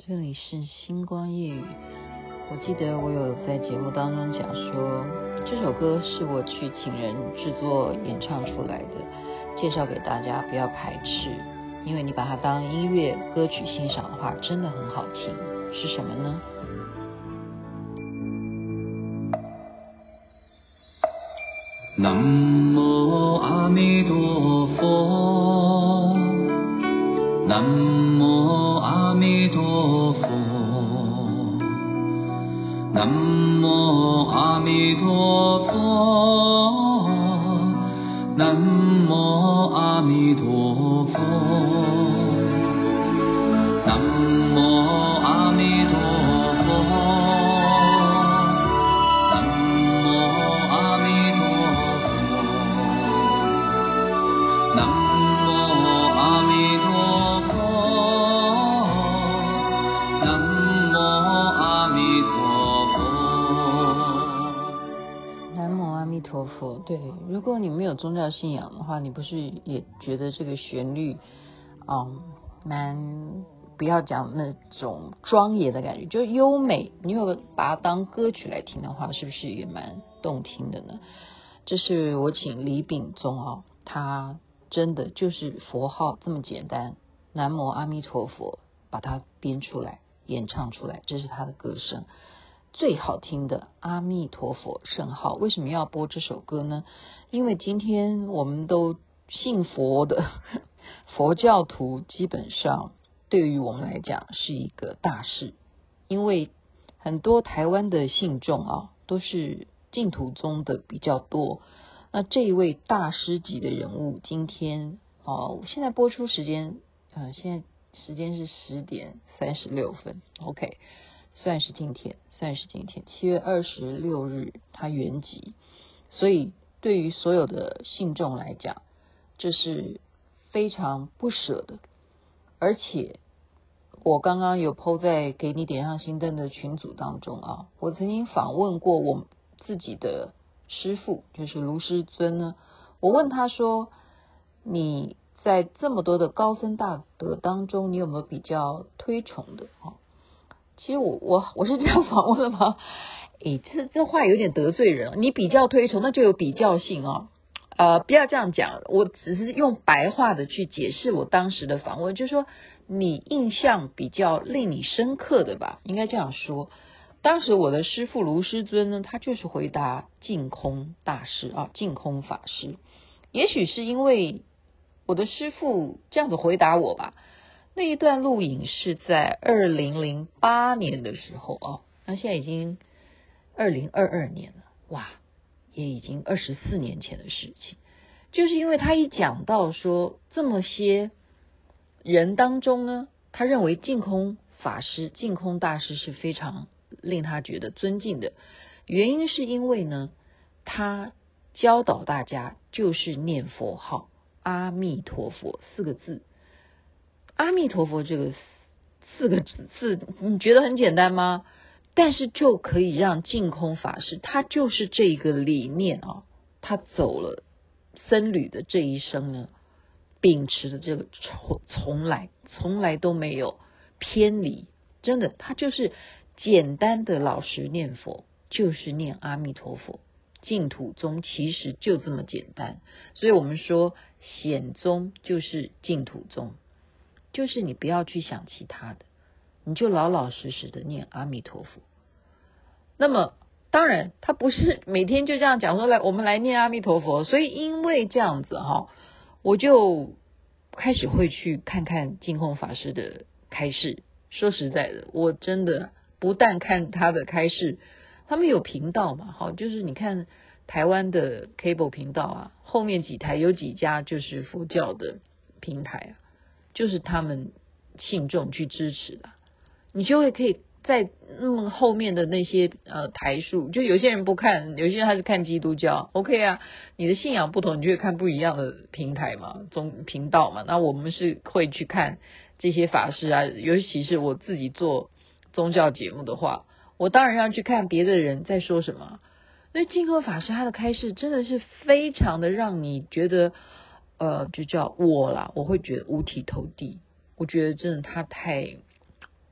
这里是星光夜语。我记得我有在节目当中讲说，这首歌是我去请人制作演唱出来的，介绍给大家，不要排斥，因为你把它当音乐歌曲欣赏的话，真的很好听。是什么呢？ 南无阿弥陀佛，南无阿弥陀佛，南无阿弥陀佛，南无阿弥陀佛，南无阿弥陀佛。 对，如果你没有宗教信仰的话，你不是也觉得这个旋律蛮不要讲那种庄严的感觉，就优美，你有把它当歌曲来听的话，是不是也蛮动听的呢？这是我请李秉宗他真的就是佛号这么简单，南无阿弥陀佛，把它编出来演唱出来，这是他的歌声最好听的阿弥陀佛圣号。为什么要播这首歌呢？因为今天我们都信佛的佛教徒，基本上对于我们来讲是一个大事，因为很多台湾的信众都是净土宗的比较多。那这一位大师级的人物，今天现在播出时间现在时间是10:36 OK，算是今天7月26日他圆寂，所以对于所有的信众来讲，这是非常不舍的。而且我刚刚有 po 在给你点上心灯的群组当中我曾经访问过我自己的师父，就是卢师尊呢。我问他说，你在这么多的高僧大德当中，你有没有比较推崇的其实我是这样访问的吗？这话有点得罪人。你比较推崇，那就有比较性不要这样讲。我只是用白话的去解释我当时的访问，就是说你印象比较令你深刻的吧，应该这样说。当时我的师父卢师尊呢，他就是回答净空大师净空法师。也许是因为我的师父这样子回答我吧。那一段录影是在2008年的时候那现在已经2022年了，哇，也已经24年前的事情。就是因为他一讲到说这么些人当中呢，他认为净空法师、净空大师是非常令他觉得尊敬的，原因是因为呢，他教导大家就是念佛号阿弥陀佛4个字。阿弥陀佛这个4个字，你觉得很简单吗？但是就可以让净空法师，他就是这个理念他走了僧侣的这一生呢，秉持的这个从来都没有偏离，真的，他就是简单的老实念佛，就是念阿弥陀佛。净土宗其实就这么简单，所以我们说显宗就是净土宗，就是你不要去想其他的，你就老老实实的念阿弥陀佛。那么当然他不是每天就这样讲说来我们来念阿弥陀佛，所以因为这样子我就开始会去看看净空法师的开示。说实在的，我真的不但看他的开示，他们有频道嘛就是你看台湾的 cable 频道后面几台有几家就是佛教的平台就是他们信众去支持的，你就会可以在那么后面的那些台数，就有些人不看，有些人他是看基督教 OK 你的信仰不同，你就会看不一样的平台嘛，频道嘛。那我们是会去看这些法师尤其是我自己做宗教节目的话，我当然要去看别的人在说什么。那净空法师他的开示真的是非常的让你觉得就叫我会觉得五体投地。我觉得真的他太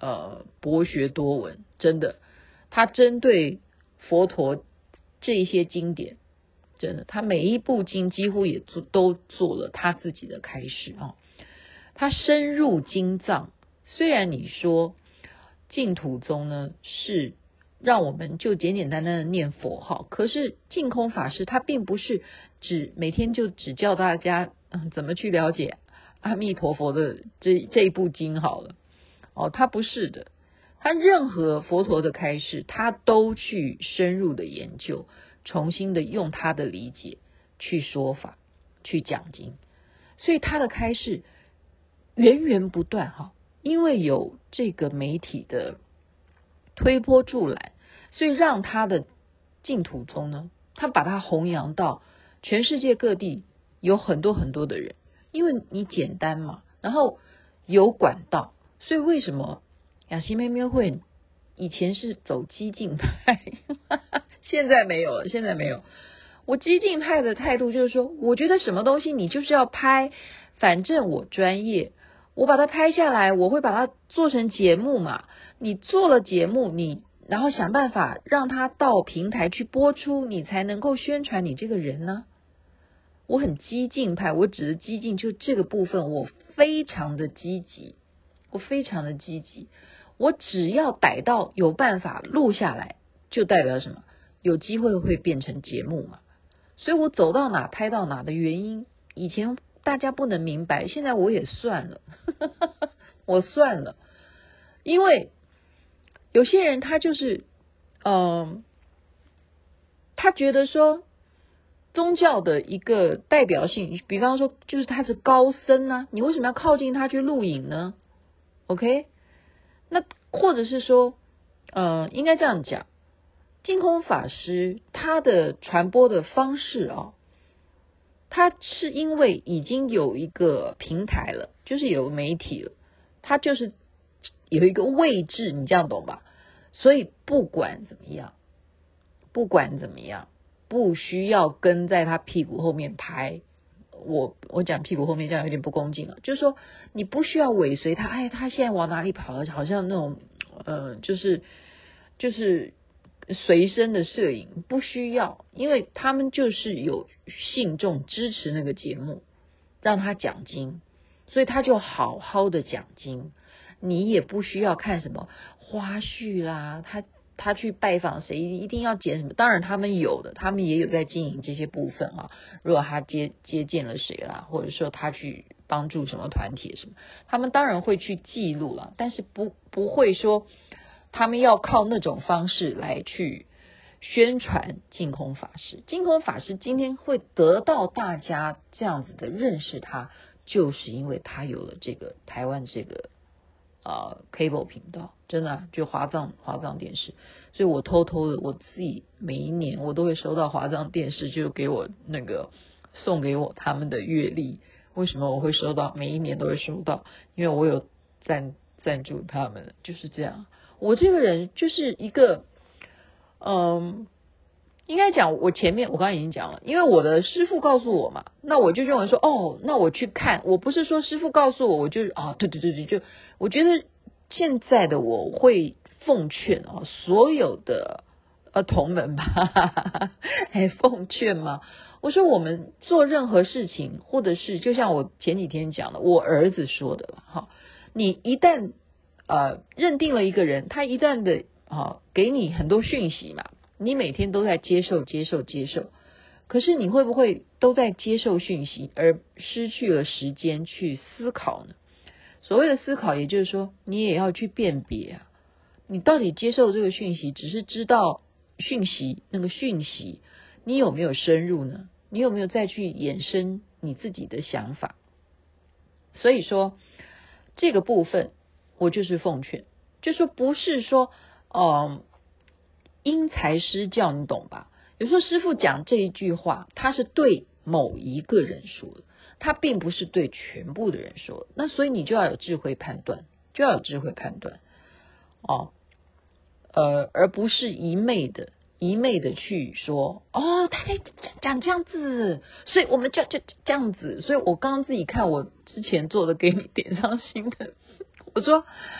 博学多闻，真的，他针对佛陀这一些经典，真的，他每一部经几乎也都做了他自己的开示啊。他深入经藏，虽然你说净土宗呢是让我们就简简单单的念佛号，可是净空法师他并不是每天就只教大家怎么去了解阿弥陀佛的这一部经好了哦，他不是的，他任何佛陀的开示他都去深入的研究，重新的用他的理解去说法去讲经，所以他的开示源源不断哈，因为有这个媒体的推波助澜，所以让他的净土宗呢，他把它弘扬到全世界各地，有很多很多的人，因为你简单嘛，然后有管道，所以为什么雅琪妹妹会以前是走激进派现在没有了，现在没有。我激进派的态度就是说，我觉得什么东西你就是要拍，反正我专业，我把它拍下来，我会把它做成节目嘛。你做了节目，你然后想办法让它到平台去播出，你才能够宣传你这个人呢。我很激进派，我指的激进就这个部分，我非常的积极，我非常的积极。我只要逮到有办法录下来，就代表什么？有机会会变成节目嘛。所以我走到哪拍到哪的原因，以前大家不能明白，现在我也算了我算了，因为有些人他就是他觉得说宗教的一个代表性，比方说就是他是高僧啊，你为什么要靠近他去录影呢？ OK， 那或者是说应该这样讲，净空法师他的传播的方式他是因为已经有一个平台了，就是有媒体了，他就是有一个位置，你这样懂吧？所以不管怎么样，不需要跟在他屁股后面拍。我讲屁股后面这样有点不恭敬了，就是说你不需要尾随他，哎，他现在往哪里跑了，好像那种就是随身的摄影不需要，因为他们就是有信众支持那个节目，让他讲经，所以他就好好的讲经，你也不需要看什么花絮啦，他去拜访谁一定要剪什么，当然他们有的，他们也有在经营这些部分啊。如果他接见了谁啦，或者说他去帮助什么团体什么，他们当然会去记录了，但是不会说他们要靠那种方式来去宣传净空法师。净空法师今天会得到大家这样子的认识他，就是因为他有了这个台湾这个cable 频道，真的就华藏电视。所以我偷偷的，我自己每一年我都会收到华藏电视就给我那个送给我他们的月历。为什么我会收到？每一年都会收到，因为我有赞助他们，就是这样。我这个人就是一个应该讲我前面我刚刚已经讲了，因为我的师父告诉我嘛，那我就认为说那我去看，我不是说师父告诉我就对，就我觉得现在的我会奉劝所有的同门吧还奉劝吗？我说我们做任何事情，或者是就像我前几天讲的，我儿子说的了你一旦认定了一个人，他一旦的给你很多讯息嘛，你每天都在接受，可是你会不会都在接受讯息而失去了时间去思考呢？所谓的思考，也就是说你也要去辨别你到底接受这个讯息只是知道讯息，那个讯息你有没有深入呢？你有没有再去衍生你自己的想法？所以说这个部分我就是奉劝，就说不是说因材施教，你懂吧？有时候师父讲这一句话，他是对某一个人说的，他并不是对全部的人说的。那所以你就要有智慧判断，而不是一昧的去说他在讲这样子，所以我们就这样子。所以我刚刚自己看我之前做的给你点上心的，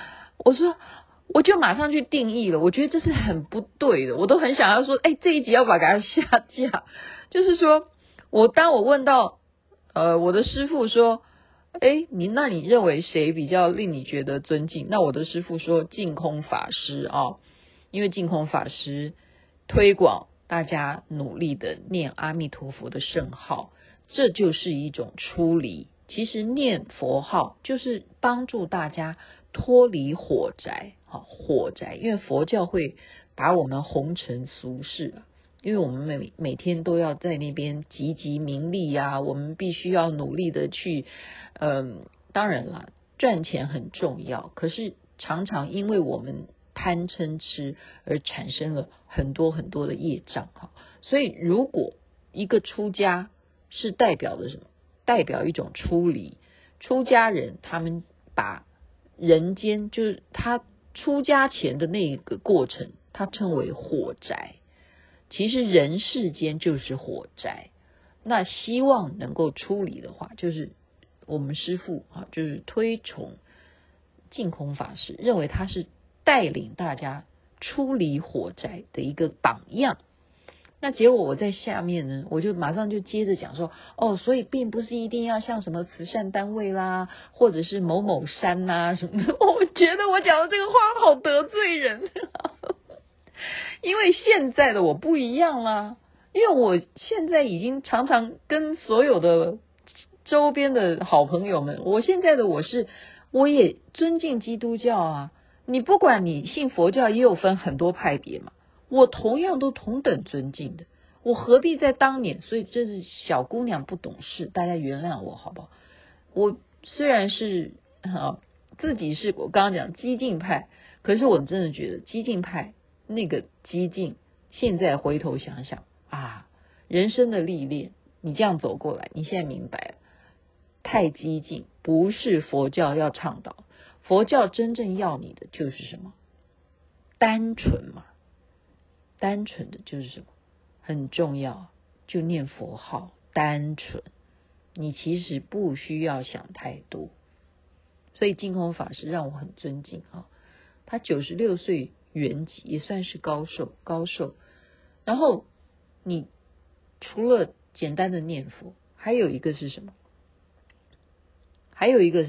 我说我就马上去定义了，我觉得这是很不对的，我都很想要说，这一集要把它下架。就是说当我问到我的师父说，那你认为谁比较令你觉得尊敬？那我的师父说净空法师啊，因为净空法师推广大家努力的念阿弥陀佛的圣号，这就是一种出离。其实念佛号就是帮助大家脱离火宅，火宅，因为佛教会把我们红尘俗世，因为我们每天都要在那边汲汲名利啊，我们必须要努力的去，当然啦，赚钱很重要，可是常常因为我们贪嗔痴而产生了很多很多的业障哈。所以如果一个出家是代表的什么？代表一种出离。出家人他们把人间，就是他出家前的那个过程，他称为火宅。其实人世间就是火宅，那希望能够出离的话，就是我们师父就是推崇净空法师，认为他是带领大家出离火宅的一个榜样。那结果我在下面呢，我就马上就接着讲说，所以并不是一定要像什么慈善单位啦，或者是某某山啦什么的。我觉得我讲的这个话好得罪人，因为现在的我不一样啦，因为我现在已经常常跟所有的周边的好朋友们，我也尊敬基督教啊，你不管你信佛教也有分很多派别嘛，我同样都同等尊敬的，我何必在当年？所以这是小姑娘不懂事，大家原谅我好不好？我虽然是自己是我刚刚讲激进派，可是我真的觉得激进派那个激进，现在回头想想啊，人生的历练，你这样走过来，你现在明白了，太激进不是佛教要倡导，佛教真正要你的就是什么？单纯嘛。单纯的就是什么？很重要，就念佛号，单纯，你其实不需要想太多。所以净空法师让我很尊敬他96岁圆寂，也算是高寿。然后你除了简单的念佛，还有一个是什么？还有一个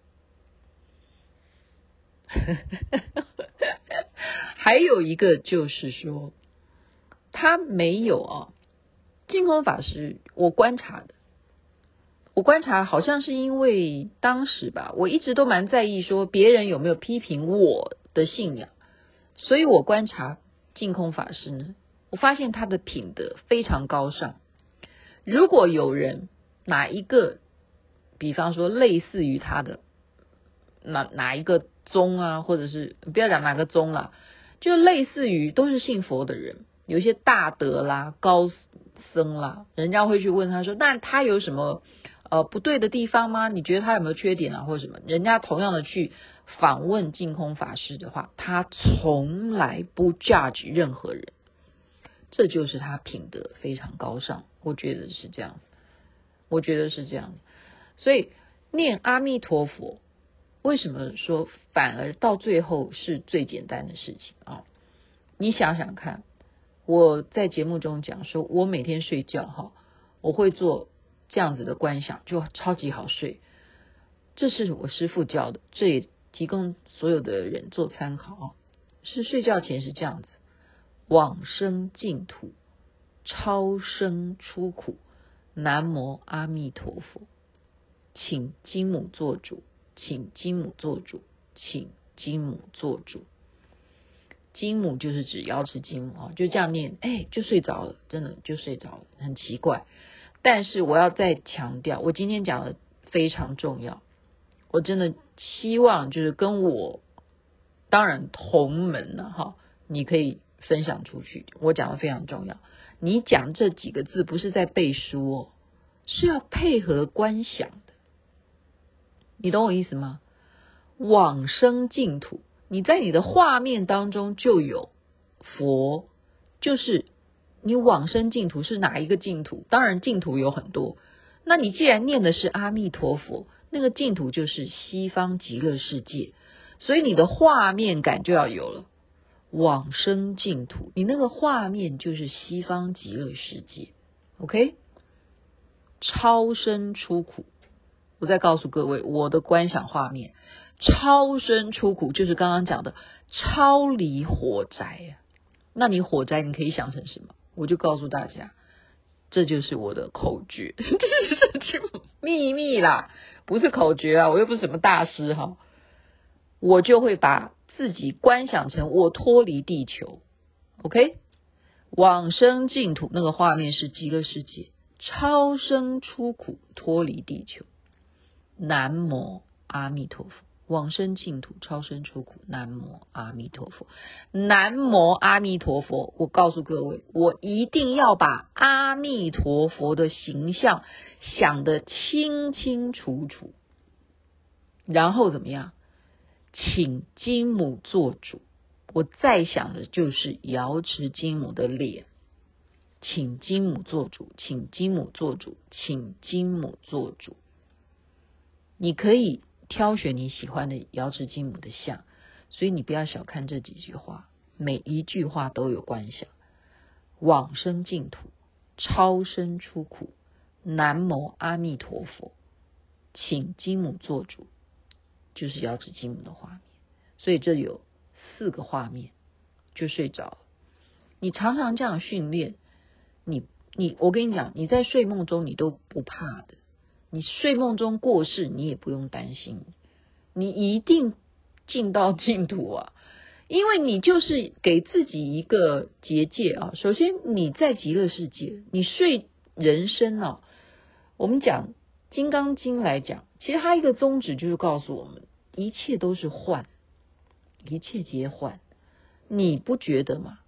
就是说他没有净空法师，我观察好像是因为当时吧，我一直都蛮在意说别人有没有批评我的信仰，所以我观察净空法师呢，我发现他的品德非常高尚。如果有人哪一个，比方说类似于他的哪一个宗啊，或者是不要讲哪个宗啦，就类似于都是信佛的人，有一些大德啦、高僧啦，人家会去问他说，那他有什么不对的地方吗？你觉得他有没有缺点啊，或者什么？人家同样的去访问净空法师的话，他从来不 judge 任何人，这就是他品德非常高尚，我觉得是这样。所以念阿弥陀佛，为什么说反而到最后是最简单的事情你想想看，我在节目中讲说，我每天睡觉我会做这样子的观想，就超级好睡。这是我师父教的，这也提供所有的人做参考是睡觉前是这样子：往生净土，超生出苦，南无阿弥陀佛。请金母做主，请金母做主，请金母做主。金母就是指瑶池金母就这样念，就睡着了，真的就睡着了，很奇怪。但是我要再强调，我今天讲的非常重要，我真的希望就是跟我当然同门了你可以分享出去，我讲的非常重要。你讲这几个字不是在背书是要配合观想的，你懂我意思吗？往生净土，你在你的画面当中就有佛，就是你往生净土是哪一个净土？当然净土有很多，那你既然念的是阿弥陀佛，那个净土就是西方极乐世界。 所以你的画面感就要有了。往生净土，你那个画面就是西方极乐世界 OK， 超生出苦。我再告诉各位我的观想画面，超生出苦就是刚刚讲的超离火灾那你火灾你可以想成什么？我就告诉大家，这就是我的口诀秘密啦，不是口诀啊，我又不是什么大师哈。我就会把自己观想成我脱离地球 OK， 往生净土，那个画面是极乐世界，超生出苦，脱离地球。南无阿弥陀佛，往生净土，超生出苦，南无阿弥陀佛，南无阿弥陀佛。我告诉各位，我一定要把阿弥陀佛的形象想得清清楚楚，然后怎么样？请金母做主。我再想的就是瑶池金母的脸，请金母做主，请金母做主，请金母做主。你可以挑选你喜欢的瑶池金母的像，所以你不要小看这几句话，每一句话都有观想。往生净土，超生出苦，南无阿弥陀佛，请金母做主，就是瑶池金母的画面。所以这有4个画面就睡着了。你常常这样训练，我跟你讲，你在睡梦中你都不怕的，你睡梦中过世你也不用担心，你一定进到净土啊，因为你就是给自己一个结界啊。首先你在极乐世界，你睡人生啊，我们讲金刚经来讲，其实它一个宗旨就是告诉我们，一切都是幻，一切皆幻，你不觉得吗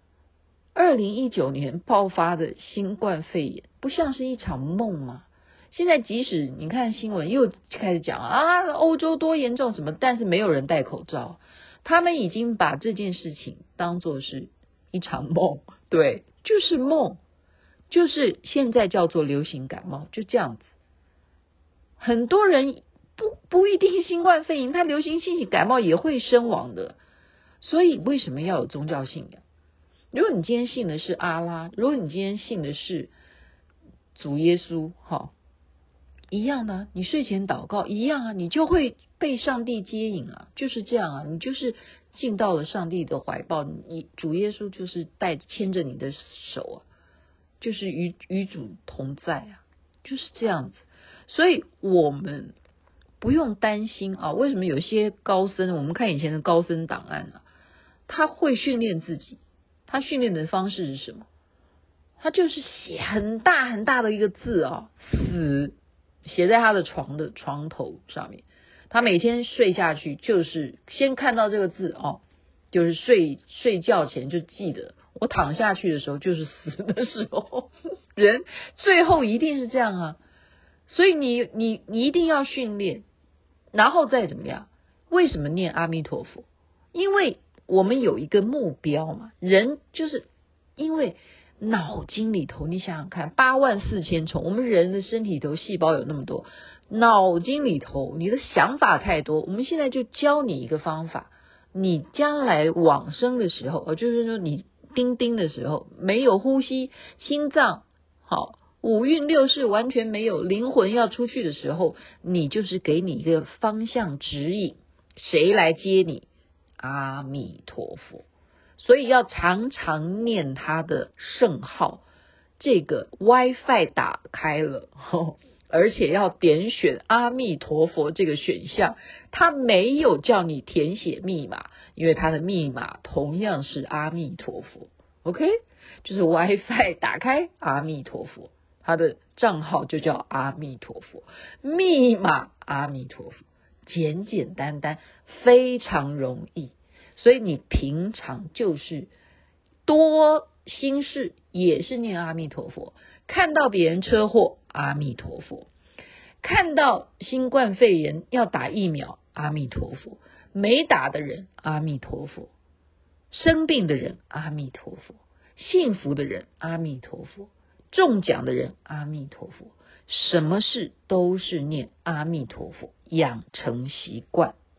？2019年爆发的新冠肺炎不像是一场梦吗？现在即使你看新闻又开始讲欧洲多严重什么，但是没有人戴口罩，他们已经把这件事情当作是一场梦，对，就是梦，就是现在叫做流行感冒，就这样子。很多人不一定新冠肺炎，他流行性感冒也会身亡的，所以为什么要有宗教信仰？如果你今天信的是阿拉，如果你今天信的是主耶稣，一样的，你睡前祷告一样啊，你就会被上帝接引啊，就是这样啊，你就是进到了上帝的怀抱，你主耶稣就是牵着你的手啊，就是与主同在啊，就是这样子。所以我们不用担心啊，为什么有些高僧，我们看以前的高僧档案啊，他会训练自己，他训练的方式是什么？他就是写很大很大的一个字啊，死写在他的床头上面。他每天睡下去就是先看到这个字就是睡觉前就记得，我躺下去的时候就是死的时候。人最后一定是这样啊，所以你一定要训练，然后再怎么样？为什么念阿弥陀佛？因为我们有一个目标嘛，人就是因为脑筋里头，你想想看，84000重，我们人的身体里头细胞有那么多，脑筋里头你的想法太多。我们现在就教你一个方法，你将来往生的时候，就是说你叮叮的时候，没有呼吸，心脏五蕴六识完全没有，灵魂要出去的时候，你就是给你一个方向指引，谁来接你？阿弥陀佛。所以要常常念他的圣号，这个 WiFi 打开了而且要点选阿弥陀佛这个选项，他没有叫你填写密码，因为他的密码同样是阿弥陀佛 OK， 就是 WiFi 打开阿弥陀佛，他的账号就叫阿弥陀佛，密码阿弥陀佛，简简单单，非常容易。所以你平常就是多心事也是念阿弥陀佛，看到别人车祸阿弥陀佛，看到新冠肺炎要打疫苗阿弥陀佛，没打的人阿弥陀佛，生病的人阿弥陀佛，幸福的人阿弥陀佛，中奖的人阿弥陀佛，什么事都是念阿弥陀佛，养成习惯。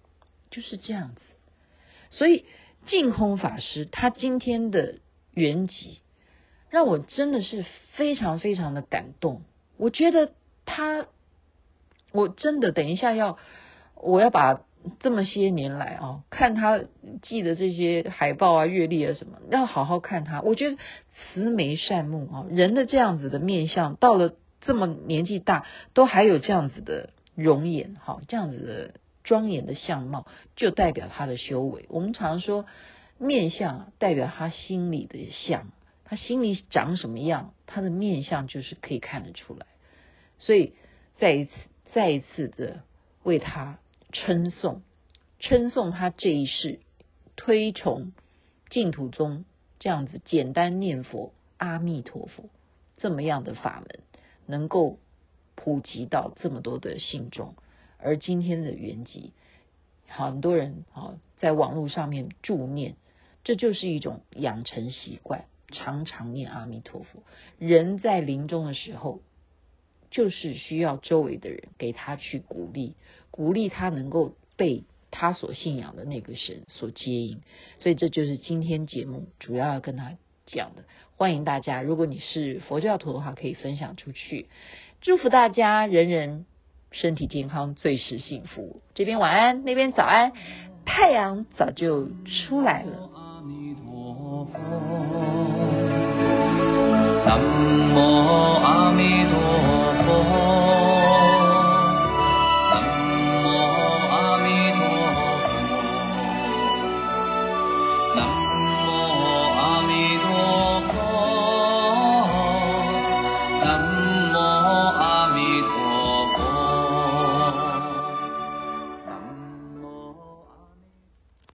就是这样子。所以净空法师他今天的圆寂让我真的是非常非常的感动。我觉得我真的等一下我要把这么些年来啊，看他记的这些海报啊、阅历啊什么，要好好看他。我觉得慈眉善目啊，人的这样子的面相，到了这么年纪大，都还有这样子的容颜，这样子的庄严的相貌，就代表他的修为。我们常说面相代表他心里的相，他心里长什么样，他的面相就是可以看得出来。所以再一次的为他称颂他这一世推崇净土宗这样子简单念佛阿弥陀佛这么样的法门，能够普及到这么多的信众。而今天的圆寂，很多人在网络上面助念，这就是一种养成习惯，常常念阿弥陀佛。人在临终的时候就是需要周围的人给他去鼓励他能够被他所信仰的那个神所接引。所以这就是今天节目主要要跟他讲的。欢迎大家，如果你是佛教徒的话，可以分享出去。祝福大家人人身体健康，最是幸福。这边晚安，那边早安，太阳早就出来了。 南无阿弥陀佛，南无阿弥陀佛，南无